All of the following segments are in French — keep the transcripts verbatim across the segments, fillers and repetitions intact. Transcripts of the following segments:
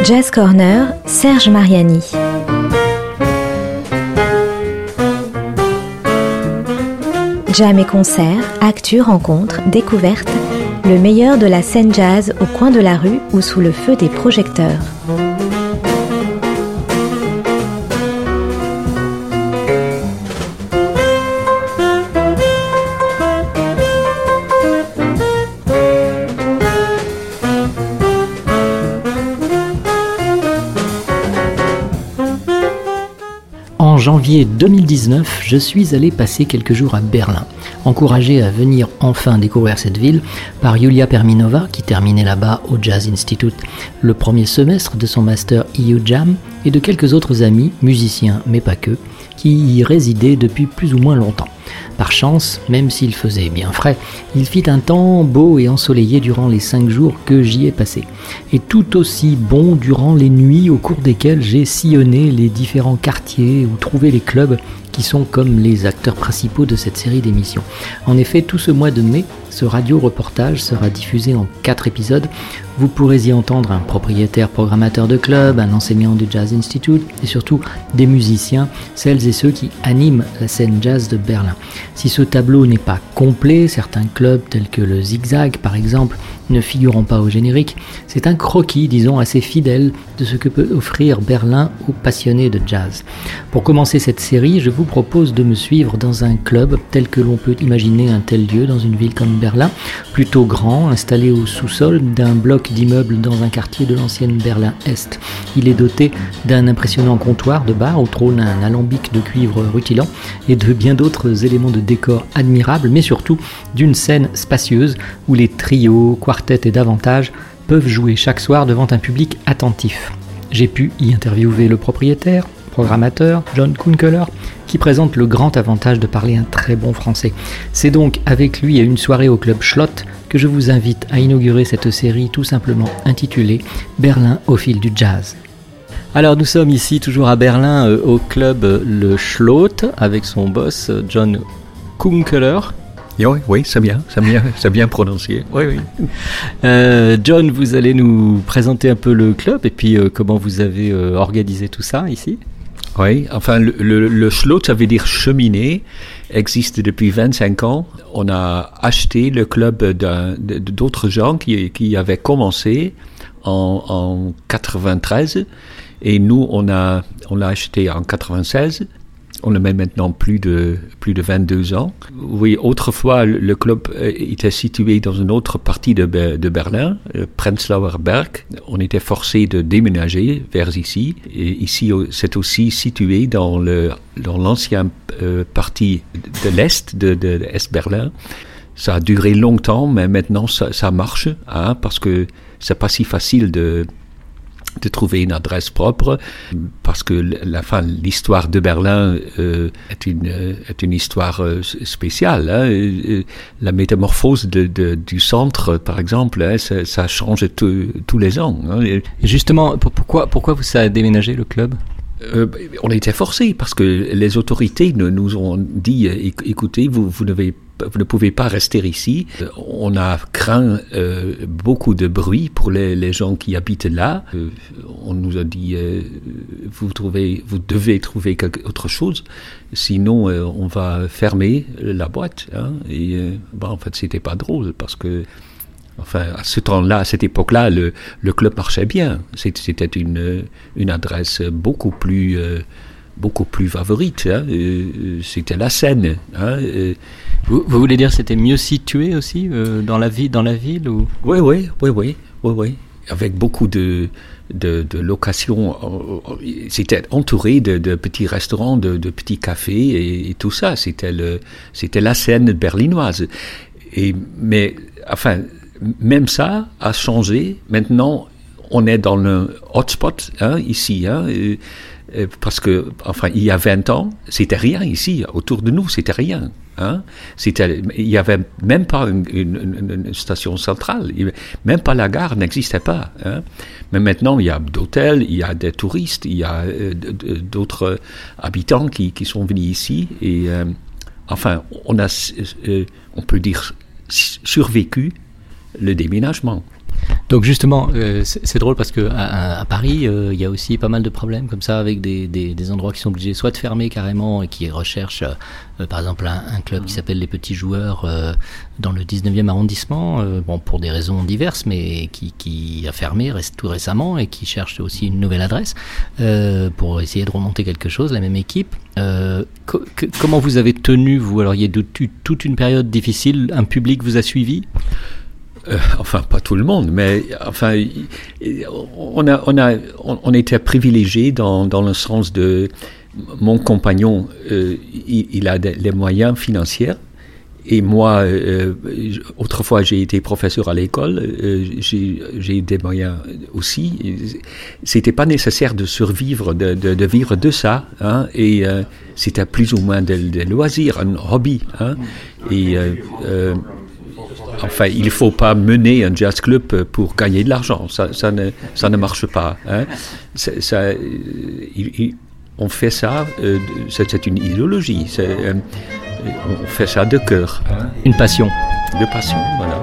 Jazz Corner, Serge Mariani. Jam et concerts, actus, rencontres, découvertes, le meilleur de la scène jazz au coin de la rue ou sous le feu des projecteurs. En janvier deux mille dix-neuf, je suis allé passer quelques jours à Berlin, encouragé à venir enfin découvrir cette ville par Julia Perminova, qui terminait là-bas au Jazz Institute le premier semestre de son master E U Jam, et de quelques autres amis, musiciens mais pas que, qui y résidaient depuis plus ou moins longtemps. Par chance, même s'il faisait bien frais, il fit un temps beau et ensoleillé durant les cinq jours que j'y ai passé, et tout aussi bon durant les nuits au cours desquelles j'ai sillonné les différents quartiers ou trouvé les clubs qui sont comme les acteurs principaux de cette série d'émissions. En effet, tout ce mois de mai, ce radio-reportage sera diffusé en quatre épisodes. Vous pourrez y entendre un propriétaire programmateur de club, un enseignant du Jazz Institute et surtout des musiciens, celles et ceux qui animent la scène jazz de Berlin. Si ce tableau n'est pas complet, certains clubs tels que le Zigzag par exemple ne figurant pas au générique, c'est un croquis, disons, assez fidèle de ce que peut offrir Berlin aux passionnés de jazz. Pour commencer cette série, je vous propose de me suivre dans un club tel que l'on peut imaginer un tel lieu dans une ville comme Berlin, plutôt grand, installé au sous-sol d'un bloc d'immeubles dans un quartier de l'ancienne Berlin-Est. Il est doté d'un impressionnant comptoir de bar où trône un alambic de cuivre rutilant et de bien d'autres éléments de décor admirables, mais surtout d'une scène spacieuse où les trios, quartets et davantage peuvent jouer chaque soir devant un public attentif. J'ai pu y interviewer le propriétaire, programmateur, John Kunkeler, qui présente le grand avantage de parler un très bon français. C'est donc avec lui à une soirée au club Schlott que je vous invite à inaugurer cette série tout simplement intitulée Berlin au fil du jazz. Alors nous sommes ici toujours à Berlin euh, au club euh, le Schlott avec son boss euh, John Kunkeler. Oui, oui, c'est bien, c'est bien, c'est bien prononcé. Oui, oui. Euh, John, vous allez nous présenter un peu le club et puis euh, comment vous avez euh, organisé tout ça ici. Oui, enfin, le, le, le Schlott, ça veut dire cheminée, existe depuis vingt-cinq ans. On a acheté le club d'un, d'autres gens qui, qui avaient commencé en, en quatre-vingt-treize et nous, on a, on l'a acheté en quatre-vingt-seize. On le met maintenant plus de, plus de vingt-deux ans. Oui, autrefois, le club était situé dans une autre partie de, de Berlin, Prenzlauer Berg. On était forcé de déménager vers ici. Et ici, c'est aussi situé dans, le, dans l'ancienne euh, partie de l'Est, de, de, de Est-Berlin. Ça a duré longtemps, mais maintenant, ça, ça marche, hein, parce que c'est pas si facile de... de trouver une adresse propre, parce que la fin, l'histoire de Berlin euh, est, une, est une histoire euh, spéciale. Hein. Euh, la métamorphose de, de, du centre, par exemple, hein, ça, ça change tout, tous les ans. Hein. Et justement, pourquoi, pourquoi vous avez déménagé le club ? Euh, on était forcés parce que les autorités nous, nous ont dit écoutez, vous, vous, n'avez, vous ne pouvez pas rester ici. On a craint euh, beaucoup de bruit pour les, les gens qui habitent là. Euh, on nous a dit euh, vous, trouvez, vous devez trouver quelque, autre chose, sinon euh, on va fermer la boîte. Hein. Et euh, bah, en fait, c'était pas drôle parce que. Enfin, à ce temps-là, à cette époque-là, le, le club marchait bien. C'était une, une adresse beaucoup plus, euh, beaucoup plus favorite. Hein. C'était la Seine. Hein. Vous, vous voulez dire que c'était mieux situé aussi euh, dans la ville, dans la ville ou... Oui, oui, oui, oui, oui, oui. Avec beaucoup de, de, de locations. C'était entouré de, de petits restaurants, de, de petits cafés et, et tout ça. C'était le, c'était la Seine berlinoise. Et mais, enfin. Même ça a changé. Maintenant, on est dans le hotspot, hein, ici, hein, et, et parce que, enfin, il y a vingt ans, c'était rien ici, autour de nous, c'était rien. Hein. C'était, il n'y avait même pas une, une, une station centrale, même pas la gare n'existait pas. Hein. Mais maintenant, il y a d'hôtels, il y a des touristes, il y a euh, d'autres habitants qui, qui sont venus ici. Et, euh, enfin, on a, euh, on peut dire, survécu le déménagement. Donc justement, euh, c'est, c'est drôle parce que à, à Paris, euh, il y a aussi pas mal de problèmes comme ça avec des, des, des endroits qui sont obligés soit de fermer carrément et qui recherchent, euh, par exemple, un, un club qui s'appelle les Petits Joueurs euh, dans le dix-neuvième arrondissement, euh, bon pour des raisons diverses, mais qui, qui a fermé reste tout récemment et qui cherche aussi une nouvelle adresse euh, pour essayer de remonter quelque chose, la même équipe. Euh, co- que, comment vous avez tenu vous? Alors il y a de, de, toute une période difficile, un public vous a suivi? Euh, enfin, pas tout le monde, mais enfin, on a, on a, on, on était privilégiés dans, dans le sens de mon compagnon, euh, il, il a des, les moyens financiers, et moi, euh, autrefois j'ai été professeur à l'école, euh, j'ai, j'ai des moyens aussi. C'était pas nécessaire de survivre, de, de, de vivre de ça, hein, et euh, c'était plus ou moins des de loisirs, un hobby, hein, et euh, euh, Enfin, il ne faut pas mener un jazz club pour gagner de l'argent. Ça, ça, ne, ça ne marche pas. Hein. C'est, ça, il, il, on fait ça, euh, c'est, c'est une idéologie. C'est, euh, on fait ça de cœur. Hein. Une passion. De passion, voilà.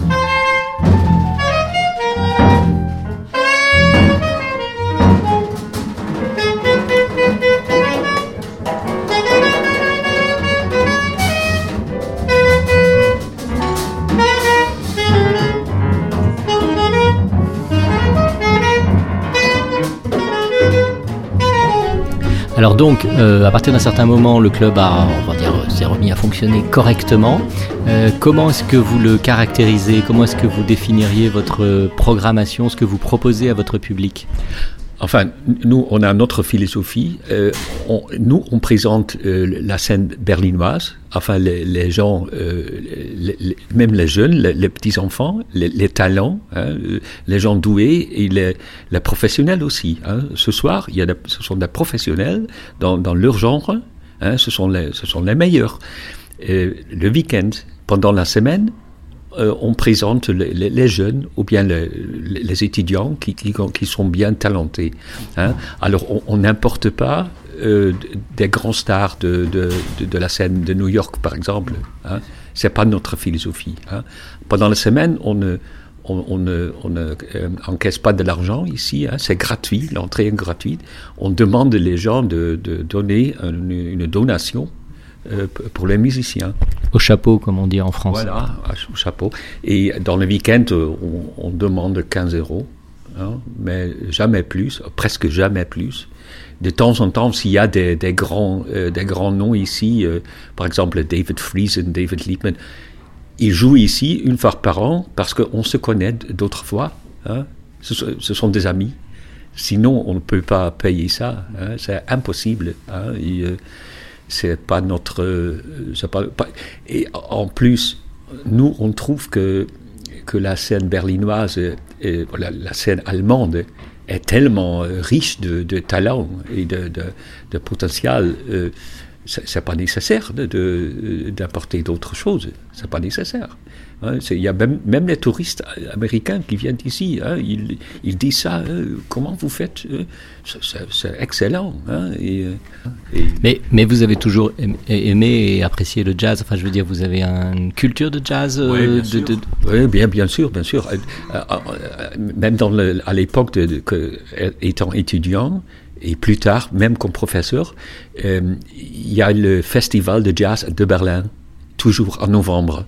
Alors donc, euh, à partir d'un certain moment, le club a, on va dire, s'est remis à fonctionner correctement. Euh, comment est-ce que vous le caractérisez? Comment est-ce que vous définiriez votre programmation, ce que vous proposez à votre public? Enfin, nous, on a notre philosophie. Euh, on, nous, on présente euh, la scène berlinoise. Enfin, les, les gens, euh, les, les, même les jeunes, les, les petits-enfants, les, les talents, hein, les gens doués et les, les professionnels aussi. Hein. Ce soir, il y a des, ce sont des professionnels dans, dans leur genre. Hein, ce sont les, ce sont les meilleurs. Et le week-end, pendant la semaine, Euh, on présente les, les, les jeunes ou bien les, les étudiants qui, qui, qui sont bien talentés. Hein. Alors, on n'importe pas euh, des grands stars de, de, de, de la scène de New York, par exemple. Hein. Ce n'est pas notre philosophie. Hein. Pendant la semaine, on ne, on, on ne, on ne euh, encaisse pas de l'argent ici. Hein. C'est gratuit, l'entrée est gratuite. On demande les gens de, de donner une, une donation Euh, pour les musiciens. Au chapeau, comme on dit en France. Voilà, au chapeau. Et dans le week-end, on, on demande quinze euros, hein, mais jamais plus, presque jamais plus. De temps en temps, s'il y a des, des, grands, euh, des grands noms ici, euh, par exemple David Friesen, David Liebman, ils jouent ici une fois par an parce qu'on se connaît d'autres fois. Hein. Ce, ce sont des amis. Sinon, on ne peut pas payer ça. Hein. C'est impossible. Hein. Et, euh, c'est pas notre c'est pas, pas, et en plus nous on trouve que que la scène berlinoise et la, la scène allemande est tellement riche de, de talent et de, de, de potentiel, euh, c'est, c'est pas nécessaire de, de, d'apporter d'autres choses, c'est pas nécessaire. Hein, il y a même, même les touristes américains qui viennent ici, hein, ils, ils disent ça, euh, comment vous faites, euh, c'est, c'est, c'est excellent. Hein, et, et... Mais, mais vous avez toujours aimé et apprécié le jazz, enfin je veux dire, vous avez une culture de jazz euh, Oui, bien de, sûr. de... Oui, bien, bien sûr, bien sûr. Euh, euh, même dans le, à l'époque, de, de, que, étant étudiant, et plus tard, même comme professeur, euh, il y a le festival de jazz de Berlin, toujours en novembre.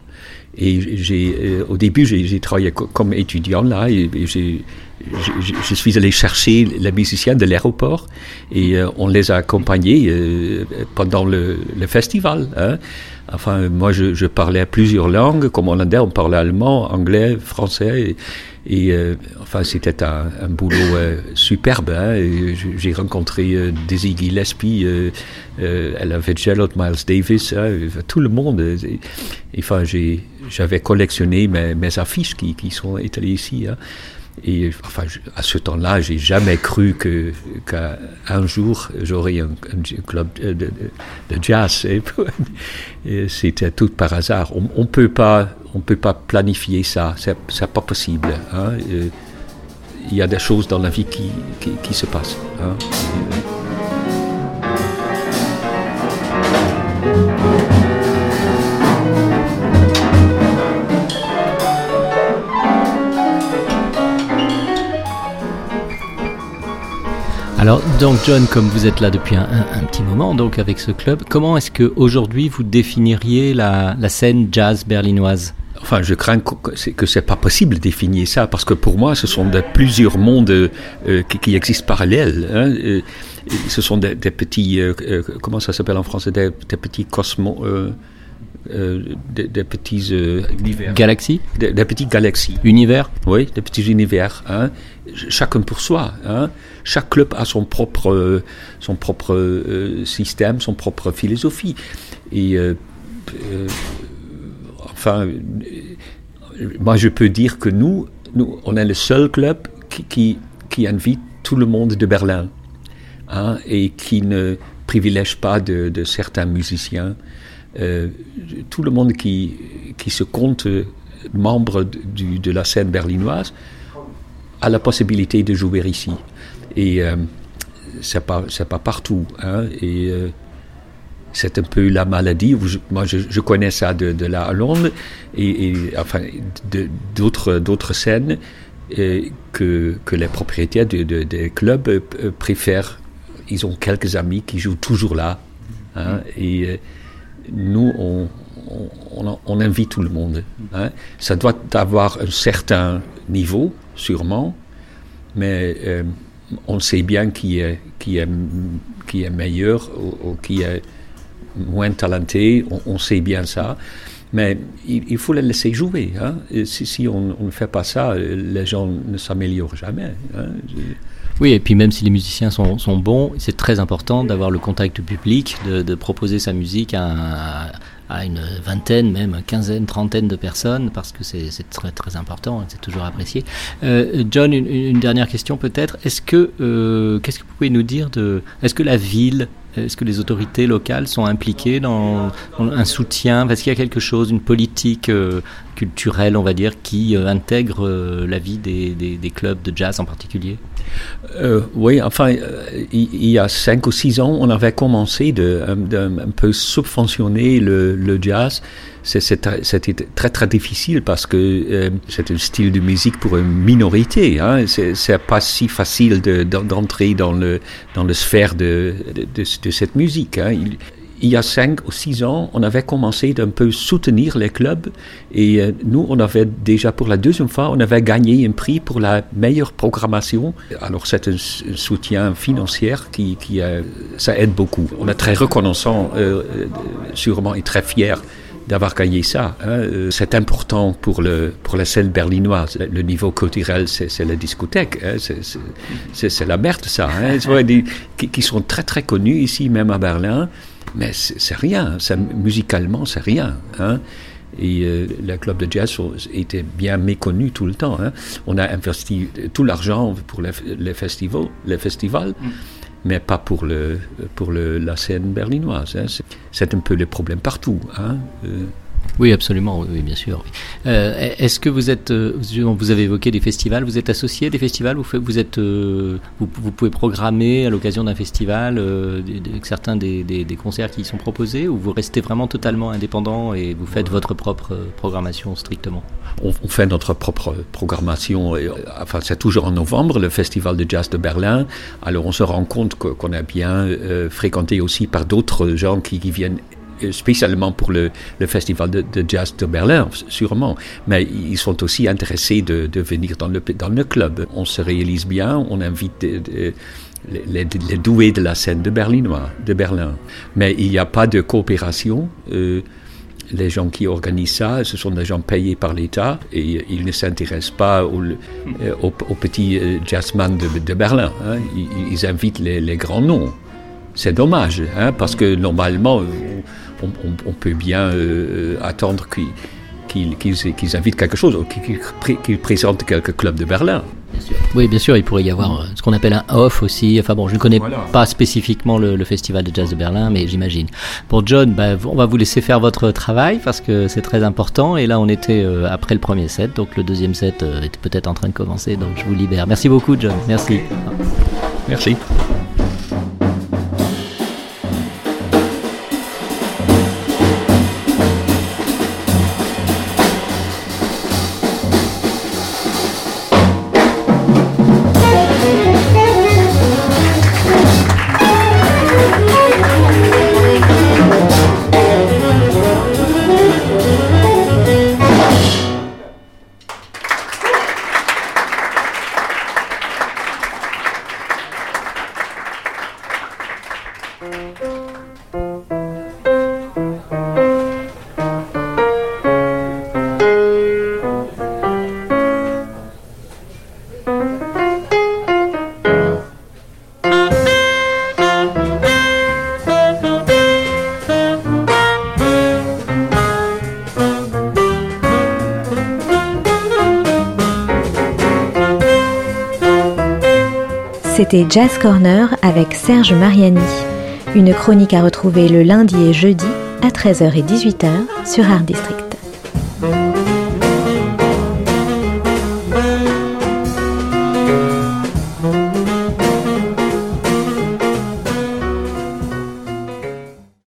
Et j'ai, euh, au début, j'ai, j'ai travaillé co- comme étudiant là, et, et j'ai, j'ai, je suis allé chercher les musiciens de l'aéroport et euh, on les a accompagnés euh, pendant le, le festival. Hein. Enfin, moi, je, je parlais plusieurs langues. Comme hollandais, on parlait allemand, anglais, français. Et, et euh, enfin, c'était un, un boulot euh, superbe. Hein, et j'ai rencontré euh, Dizzy Gillespie, euh, euh, Ella Fitzgerald, Miles Davis, hein, tout le monde. Et, et, enfin, j'ai, j'avais collectionné mes, mes affiches qui, qui sont étalées ici. Hein. Et enfin, à ce temps-là, j'ai jamais cru que qu'un jour j'aurais un, un club de, de, de jazz. Et, et c'était tout par hasard. On, on peut pas, on peut pas planifier ça. C'est, c'est pas possible. Hein. Il y a des choses dans la vie qui, qui, qui se passent. Hein. Alors, donc John, comme vous êtes là depuis un, un, un petit moment, donc avec ce club, comment est-ce qu'aujourd'hui vous définiriez la, la scène jazz berlinoise ? Enfin, je crains que c'est, que c'est pas possible de définir ça, parce que pour moi, ce sont de plusieurs mondes euh, qui, qui existent parallèles. Hein. Euh, ce sont des, des petits, euh, euh, comment ça s'appelle en français, des, des petits cosmos, euh, euh, des, des petits euh, univers. Galaxies. Des, des petits galaxies. Univers. Oui, des petits univers. Hein. Chacun pour soi. Hein. Chaque club a son propre, euh, son propre euh, système, son propre philosophie. Et euh, euh, Enfin, moi je peux dire que nous, nous on est le seul club qui, qui, qui invite tout le monde de Berlin, hein, et qui ne privilège pas de, de certains musiciens. Euh, tout le monde qui, qui se compte membre du, de la scène berlinoise a la possibilité de jouer ici. Et euh, c'est pas, c'est pas partout. Hein, et euh, c'est un peu la maladie. Moi, je, je connais ça de, de la Hollande et, et enfin de, d'autres, d'autres scènes et que, que les propriétaires de, de, des clubs euh, préfèrent. Ils ont quelques amis qui jouent toujours là. Hein, et euh, nous, on, on, on invite tout le monde. Hein. Ça doit avoir un certain niveau, sûrement, mais euh, on sait bien qui est, qui est, qui est meilleur ou, ou qui est moins talenté, on, on sait bien ça, mais il, il faut les laisser jouer. Hein. Si, si on ne fait pas ça, les gens ne s'améliorent jamais. Hein. Oui, et puis même si les musiciens sont, sont bons, c'est très important d'avoir le contact public, de, de proposer sa musique à, à une vingtaine, même une quinzaine, trentaine de personnes, parce que c'est, c'est très, très important, c'est toujours apprécié. Euh, John, une, une dernière question peut-être. Est-ce que, euh, qu'est-ce que vous pouvez nous dire de, est-ce que la ville, est-ce que les autorités locales sont impliquées dans, dans un soutien? Est-ce qu'il y a quelque chose, une politique euh, culturelle, on va dire, qui euh, intègre euh, la vie des, des, des clubs de jazz en particulier? euh, Oui, enfin, euh, il, il y a cinq ou six ans, on avait commencé de, de un peu subventionner le, le jazz. C'est, c'est, c'était très très difficile parce que euh, c'est un style de musique pour une minorité. Hein. C'est, c'est pas si facile de, d'entrer dans le dans le sphère de de, de, de cette musique. Hein. Il, il y a cinq ou six ans, on avait commencé d'un peu soutenir les clubs et euh, nous, on avait déjà pour la deuxième fois, on avait gagné un prix pour la meilleure programmation. Alors c'est un, un soutien financier qui, qui euh, ça aide beaucoup. On est très reconnaissant, euh, sûrement, et très fiers d'avoir gagné ça. Hein. C'est important pour, le, pour la scène berlinoise. Le niveau culturel, c'est, c'est la discothèque. Hein. C'est, c'est, c'est, c'est la merde, ça. Hein. C'est des, qui, qui sont très, très connus ici, même à Berlin. Mais c'est, c'est rien. Ça, musicalement, c'est rien. Hein. Et euh, le club de jazz était bien méconnu tout le temps. Hein. On a investi tout l'argent pour les, les festivals, les festivals. Mm. Mais pas pour, le, pour le, la scène berlinoise. Hein. C'est, c'est un peu le problème partout. Hein. Euh. Oui, absolument, oui, bien sûr. Oui. Euh, est-ce que vous êtes, vous avez évoqué des festivals, vous êtes associé à des festivals, vous, vous, êtes, euh, vous, vous pouvez programmer à l'occasion d'un festival euh, des, des, certains des, des, des concerts qui y sont proposés, ou vous restez vraiment totalement indépendant et vous faites votre propre programmation strictement? On, on fait notre propre programmation, et, enfin c'est toujours en novembre, le Festival de Jazz de Berlin, alors on se rend compte que, qu'on est bien euh, fréquenté aussi par d'autres gens qui, qui viennent spécialement pour le, le festival de, de jazz de Berlin, sûrement. Mais ils sont aussi intéressés de, de venir dans le, dans le club. On se réalise bien, on invite de, de, les, les doués de la scène de, Berlinois, de Berlin. Mais il n'y a pas de coopération. Euh, les gens qui organisent ça, ce sont des gens payés par l'État et ils ne s'intéressent pas aux, aux, aux petits jazzman de, de Berlin. Hein. Ils, ils invitent les, les grands noms. C'est dommage, hein, parce que normalement, on, on, on peut bien euh, attendre qu'ils, qu'ils, qu'ils, qu'ils invitent quelque chose, qu'ils, qu'ils présentent quelques clubs de Berlin. Bien sûr. Oui, bien sûr, il pourrait y avoir ce qu'on appelle un off aussi. Enfin bon, je ne connais voilà. pas spécifiquement le, le Festival de Jazz de Berlin, mais j'imagine. Pour John, bah, on va vous laisser faire votre travail parce que c'est très important. Et là, on était euh, après le premier set, donc le deuxième set euh, était peut-être en train de commencer, donc je vous libère. Merci beaucoup, John. Merci. Merci. C'était Jazz Corner avec Serge Mariani. Une chronique à retrouver le lundi et jeudi à treize heures et dix-huit heures sur Art District.